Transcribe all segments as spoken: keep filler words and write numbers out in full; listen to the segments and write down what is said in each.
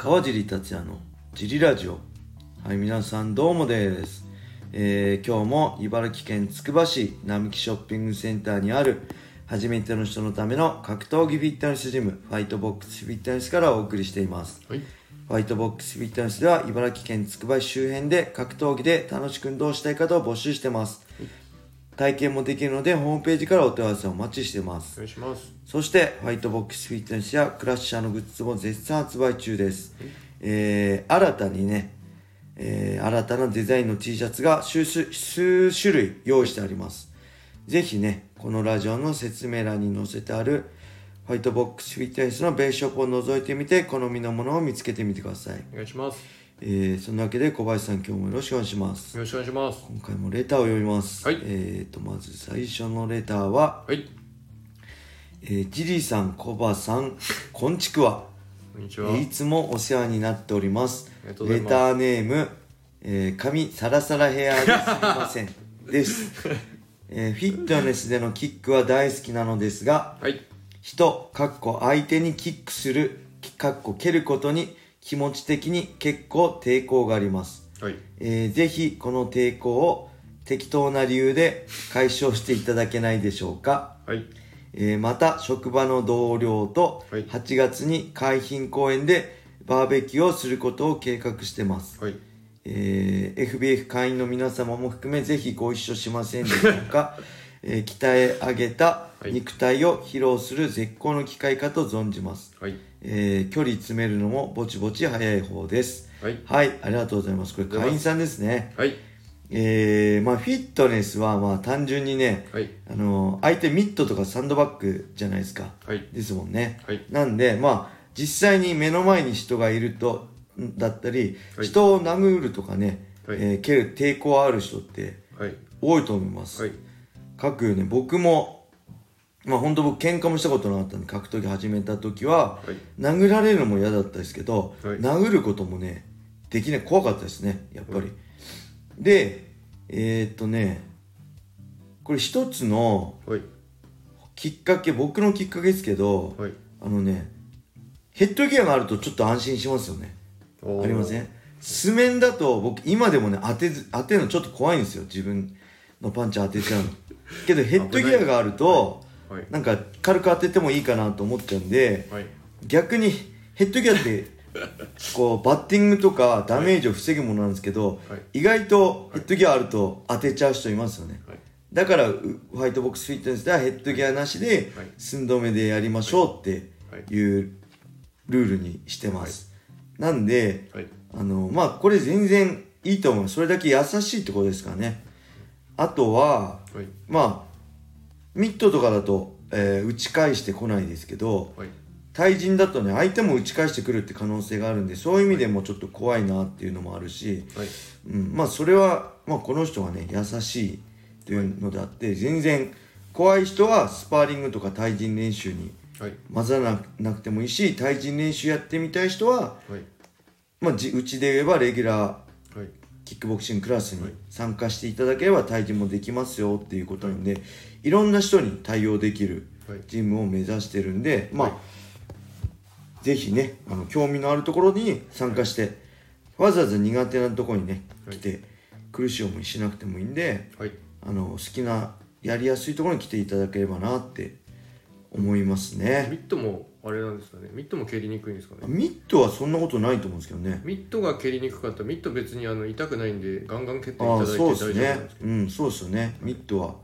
川尻達也のジリラジオ。はい、皆さんどうもです。えー、今日も茨城県つくば市並木ショッピングセンターにある初めての人のための格闘技フィットネスジム、ファイトボックスフィットネスからお送りしています。 はい、 ファイトボックスフィットネスでは茨城県つくば市周辺で格闘技で楽しく運動したい方を募集してます。はい、体験もできるのでホームページからお問い合わせをお待ちしてます。 お願いします。そしてファイトボックスフィットネスやクラッシャーのグッズも絶賛発売中です。はい、えー、新たにね、えー、新たなデザインの T シャツが数, 数種類用意してあります。ぜひね、このラジオの説明欄に載せてあるファイトボックスフィットネスのベースショップを覗いてみて好みのものを見つけてみてください。 お願いします。 えー、そんなわけで小林さん、今日もよろしくお願いします。 よろしくお願いします。 今回もレターを読みます。 はい、 えーとまず最初のレターは、 はい、 えー、ジリーさん、コバさん、こんちくわ。 こんにちは。 えー、いつもお世話になっております。 ありがとうございます。 レターネーム、えー、髪サラサラヘアですみませんです、えー、フィットネスでのキックは大好きなのですが、 はい、 人かっこ相手にキックするかっこ蹴ることに気持ち的に結構抵抗があります。 はい、 えー、ぜひこの抵抗を適当な理由で解消していただけないでしょうか。 はい、 えー、また職場の同僚とはちがつに海浜公園でバーベキューをすることを計画してます。 はい、 えー、エフビーエフ 会員の皆様も含めぜひご一緒しませんでしょうか。えー、鍛え上げた肉体を披露する絶好の機会かと存じます。 はい、 えー、距離詰めるのもぼちぼち早い方です。 はい、 はい、ありがとうございます。これ会員さんですね。 はい、 えー、まあフィットネスはまあ単純にね、 はい、 あのー、相手ミットとかサンドバッグじゃないですか。 はい、 ですもんね。 はい、 なんでまあ実際に目の前に人がいるとだったり、 はい、 人を殴るとかね、 はい、 えー、蹴る抵抗ある人って多いと思います。 はい、 各ね、僕もまあ本当僕喧嘩もしたことなかったんで、格闘技始めた時は、はい、殴られるのも嫌だったですけど、はい、殴ることもねできない、怖かったですね、やっぱり。はい、でえー、っとねこれ一つのきっかけ、僕のきっかけですけど、はい、あのねヘッドギアがあるとちょっと安心しますよね。ありません？素面だと僕今でもね当てず当てるのちょっと怖いんですよ、自分のパンチ当てちゃうのけどヘッドギアがあると、はいはい、なんか軽く当ててもいいかなと思ってるんで、はい、逆にヘッドギアってこうバッティングとかダメージを防ぐものなんですけど、はい、意外とヘッドギアあると当てちゃう人いますよね。はい、だからファイトボックスフィットネスではヘッドギアなしで寸止めでやりましょうっていうルールにしてます。はい、なんで、はい、あのまあこれ全然いいと思う。それだけ優しいってことですからね。あとは、はい、まあミットとかだと、えー、打ち返してこないですけど、はい、対人だとね相手も打ち返してくるって可能性があるんで、そういう意味でもちょっと怖いなっていうのもあるし、はい、うん、まあそれは、まあ、この人がね優しいっていうのであって、はい、全然怖い人はスパーリングとか対人練習に混ざらなくてもいいし、対人練習やってみたい人は、はい、まあ、うちで言えばレギュラー、はい、キックボクシングクラスに参加していただければ対人もできますよっていうことなんで、はい、いろんな人に対応できるジムを目指してるんで、はい、まあぜひね、あの興味のあるところに参加して、はい、わざわざ苦手なところにね、はい、来て苦しい思いしなくてもいいんで、はい、あの好きなやりやすいところに来ていただければなって思いますね。 ミットもあれなんですかね。ミットも蹴りにくいんですかね。 ミットはそんなことないと思うんですけどね。 ミットが蹴りにくかったら、ミット別にあの痛くないんでガンガン蹴っていただいて大丈夫なんですけど。 ああ、そうですね。うん、そうですよね。ミットは、はい、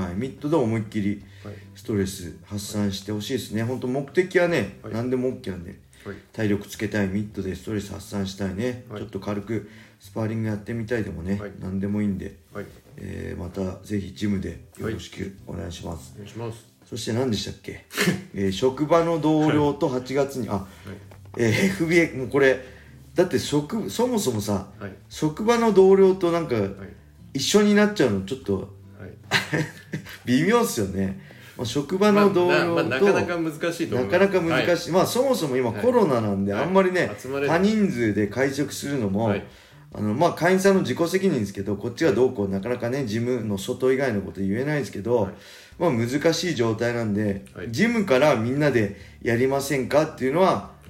はい、ミットで思いっきりストレス発散してほしいですね。はい、本当目的はね、はい、何でも OK なんで、はい、体力つけたい、ミットでストレス発散したいね、はい、ちょっと軽くスパーリングやってみたいでもね、はい、何でもいいんで、はい、えー、またぜひジムでよろしくお願いします。 はい、お願いします。 そして何でしたっけ、えー、職場の同僚とはちがつに、あ、はい、えー、エフビーエー、もうこれだって職そもそもさ、はい、職場の同僚となんか、はい、一緒になっちゃうのちょっと、はい、微妙っすよね。まあ、職場の同僚と、まあまあ、なかなか難しいと思います。なかなか難しい、はい、まあそもそも今コロナなんで、はい、あんまりね、はい、多人数で会食するのも、はい、あのまあ会員さんの自己責任ですけど、こっちがどうこうなかなかねジムの外以外のこと言えないですけど、はい、まあ難しい状態なんで、はい、ジムからみんなでやりませんかっていうのは、は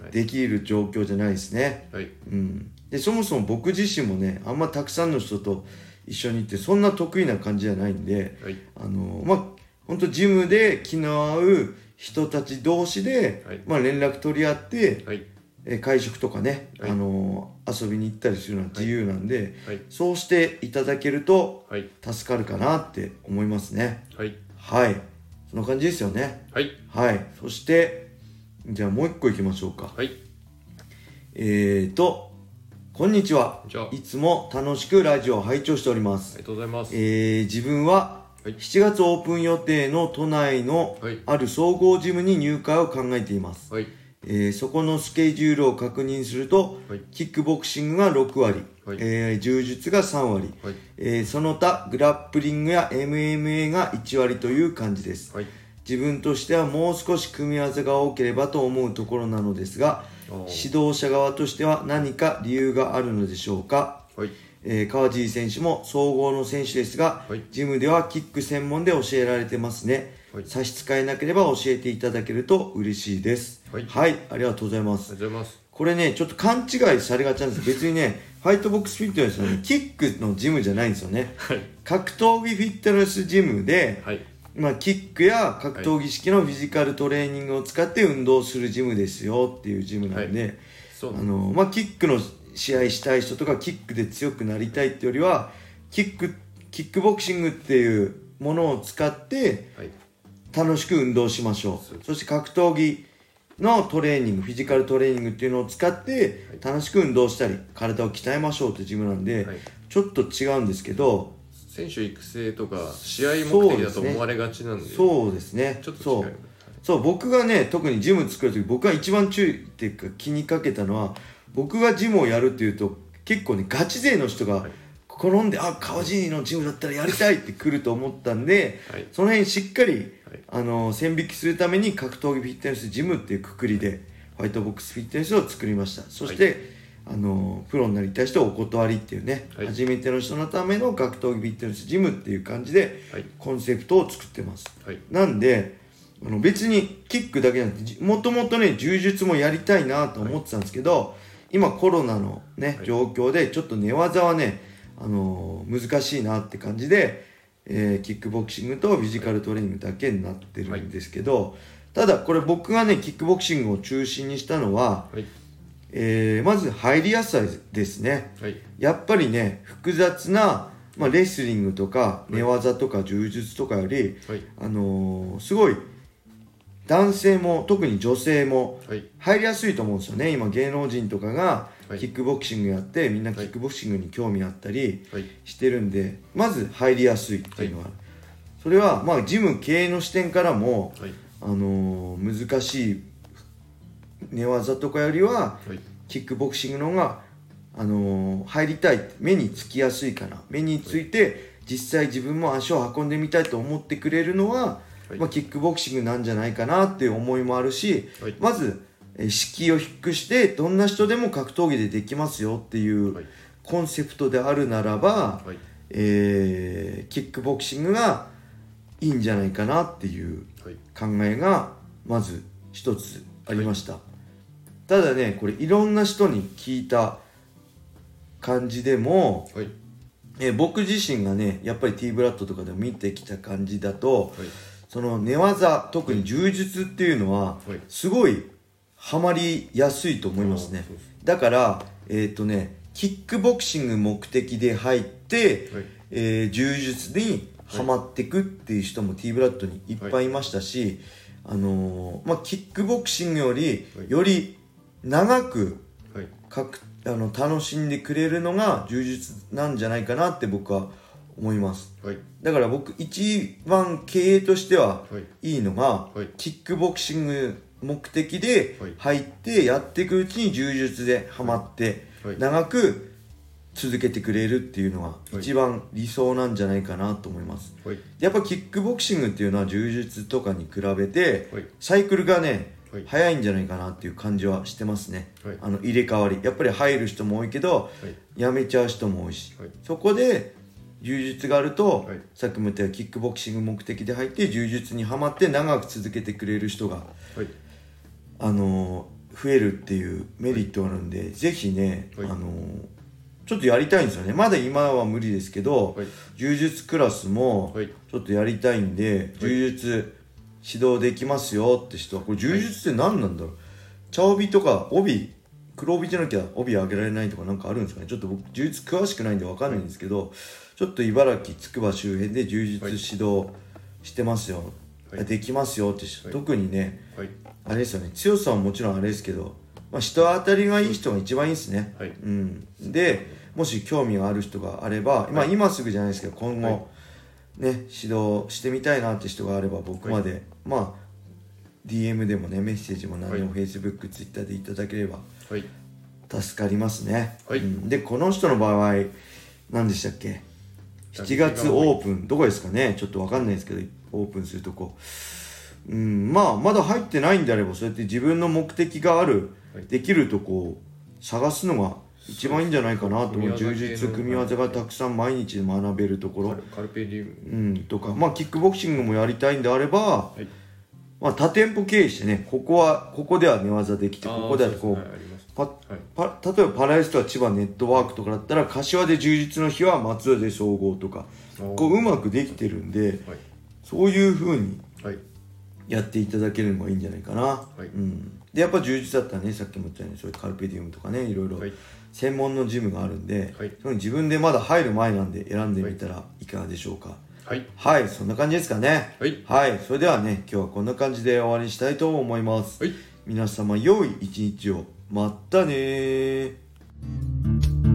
できる状況じゃないですね、 はい、 うん、でそもそも僕自身もねあんまたくさんの人と一緒に行ってそんな得意な感じじゃないんで、 はい、 あのまあ本当ジムで気の合う人たち同士で、はい、まあ、連絡取り合って、はい、え会食とかね、はい、あの遊びに行ったりするのは自由なんで、はいはい、そうしていただけると助かるかなって思いますね。はい、はい、その感じですよね。はい、はい、そしてじゃあもう一個いきましょうか。はい、えーとこんにちは。いつも楽しくラジオを拝聴しております。 ありがとうございます。 えー、自分はしちがつオープン予定の都内のある総合ジムに入会を考えています、はい、えー、そこのスケジュールを確認すると、はい、キックボクシングがろくわり、はい、えー、柔術がさんわり、はい、えー、その他グラップリングや エムエムエー がいちわりという感じです、はい、自分としてはもう少し組み合わせが多ければと思うところなのですが、指導者側としては何か理由があるのでしょうか。はい、えー、川尻選手も総合の選手ですが、はい、ジムではキック専門で教えられてますね、はい、差し支えなければ教えていただけると嬉しいです。はい、はい、ありがとうございます。 ありがとうございます。 これねちょっと勘違いされがちなんです。別にねファイトボックスフィットネスはねキックのジムじゃないんですよね、はい、格闘技フィットネスジムで、はい、まあ、キックや格闘技式のフィジカルトレーニングを使って運動するジムですよっていうジムなんで、はい、そうあのまあ、キックの試合したい人とかキックで強くなりたいってよりはキック、キックボクシングっていうものを使って楽しく運動しましょう、はい、そして格闘技のトレーニングフィジカルトレーニングっていうのを使って楽しく運動したり体を鍛えましょうってジムなんで、はい、ちょっと違うんですけど選手育成とか試合目的だと思われがちなんでそうですねちょっと違う、 そう、そう僕がね特にジム作るとき僕が一番注意っていうか気にかけたのは僕がジムをやるっていうと結構ねガチ勢の人が転んで、はい、あ川尻のジムだったらやりたいって来ると思ったんで、はい、その辺しっかり、はい、あの線引きするために格闘技フィットネスジムっていうくくりでファイトボックスフィットネスを作りました。そして、はい、あのプロになりたい人はお断りっていうね、はい、初めての人のための格闘技フィットネスジムっていう感じで、はい、コンセプトを作ってます、はい、なんであの別にキックだけじゃなくてもともとね柔術もやりたいなと思ってたんですけど、はい、今コロナのね、はい、状況でちょっと寝技はね、あのー、難しいなって感じで、えー、キックボクシングとフィジカルトレーニングだけになってるんですけど、はい、ただこれ僕がねキックボクシングを中心にしたのは、はい、えー、まず入りやすさですね、はい、やっぱりね複雑な、まあ、レスリングとか寝技とか柔術とかより、はい、あのー、すごい男性も特に女性も入りやすいと思うんですよね。今芸能人とかがキックボクシングやってみんなキックボクシングに興味あったりしてるんで、まず入りやすいっていうのは、それはまあジム経営の視点からも、あのー、難しい寝技とかよりはキックボクシングの方が、あのー、入りたい目につきやすいかな、目について実際自分も足を運んでみたいと思ってくれるのはまあ、キックボクシングなんじゃないかなっていう思いもあるし、はい、まず敷居を低くしてどんな人でも格闘技でできますよっていうコンセプトであるならば、はい、えー、キックボクシングがいいんじゃないかなっていう考えがまず一つありました、はい、ただねこれいろんな人に聞いた感じでも、はい、えー、僕自身がねやっぱり T ブラッドとかでも見てきた感じだと、はい、その寝技特に柔術っていうのはすごいハマりやすいと思いますね。だからえっとねキックボクシング目的で入って、はい、えー、柔術にハマっていくっていう人も T ブラッドにいっぱいいましたし、はい、あのー、まあ、キックボクシングよりより長くかくあの楽しんでくれるのが柔術なんじゃないかなって僕は思います、はい、だから僕一番経営としてはいいのが、はいはい、キックボクシング目的で入ってやっていくうちに柔術でハマって長く続けてくれるっていうのが一番理想なんじゃないかなと思います、はい、やっぱキックボクシングっていうのは柔術とかに比べてサイクルがね早いんじゃないかなっていう感じはしてますね、はい、あの入れ替わりやっぱり入る人も多いけど、はい、やめちゃう人も多いし、はい、そこで柔術があると、はい、さっきも言ったようにキックボクシング目的で入って柔術にはまって長く続けてくれる人が、はい、あの増えるっていうメリットがあるんで、はい、ぜひね、 はい、 あのちょっとやりたいんですよね。まだ今は無理ですけど、はい、柔術クラスもちょっとやりたいんで、はい、柔術指導できますよって人は、これ柔術って何なんだろう、茶帯とか帯、黒帯じゃなきゃ帯上げられないとかなんかあるんですかね。ちょっと僕柔術詳しくないんで分かんないんですけど、はい、ちょっと茨城つくば周辺で柔術指導してますよ、はい、できますよって人、はい、特にね、はい、あれですよね、強さはもちろんあれですけど、まあ、人当たりがいい人が一番いいですね、はい、うん、でもし興味がある人があれば、はい、まあ、今すぐじゃないですけど今後、はい、ね、指導してみたいなって人があれば僕まで、はい、まあ ディーエム でもねメッセージも何でも Facebook、Twitter でいただければ助かりますね、はい、うん、でこの人の場合何でしたっけ、しちがつオープン、どこですかね、ちょっと分かんないですけどオープンするとこ、うん、まあまだ入ってないんであればそうやって自分の目的がある、はい、できるとこを探すのが一番いいんじゃないかなと思う。柔術組み技がたくさん毎日学べるところ、 カルペディウム、 うん、とか、まあキックボクシングもやりたいんであれば、はい、まあ多店舗経営してね、ここはここでは寝技できて、ここではこう、はい、パパ例えばパラエストは千葉ネットワークとかだったら柏で柔術の日は松田で総合とか、こううまくできてるんで、はい、そういう風にやっていただけるのがいいんじゃないかな、はい、うん、でやっぱ充実だったらね、さっきも言ったようにそういうカルペディウムとかね、いろいろ専門のジムがあるんで、はい、その自分でまだ入る前なんで選んでみたらいかがでしょうか。はい、はい、そんな感じですかね。はい、はい、それではね、今日はこんな感じで終わりにしたいと思います。はい、皆様良い一日を。まったねー。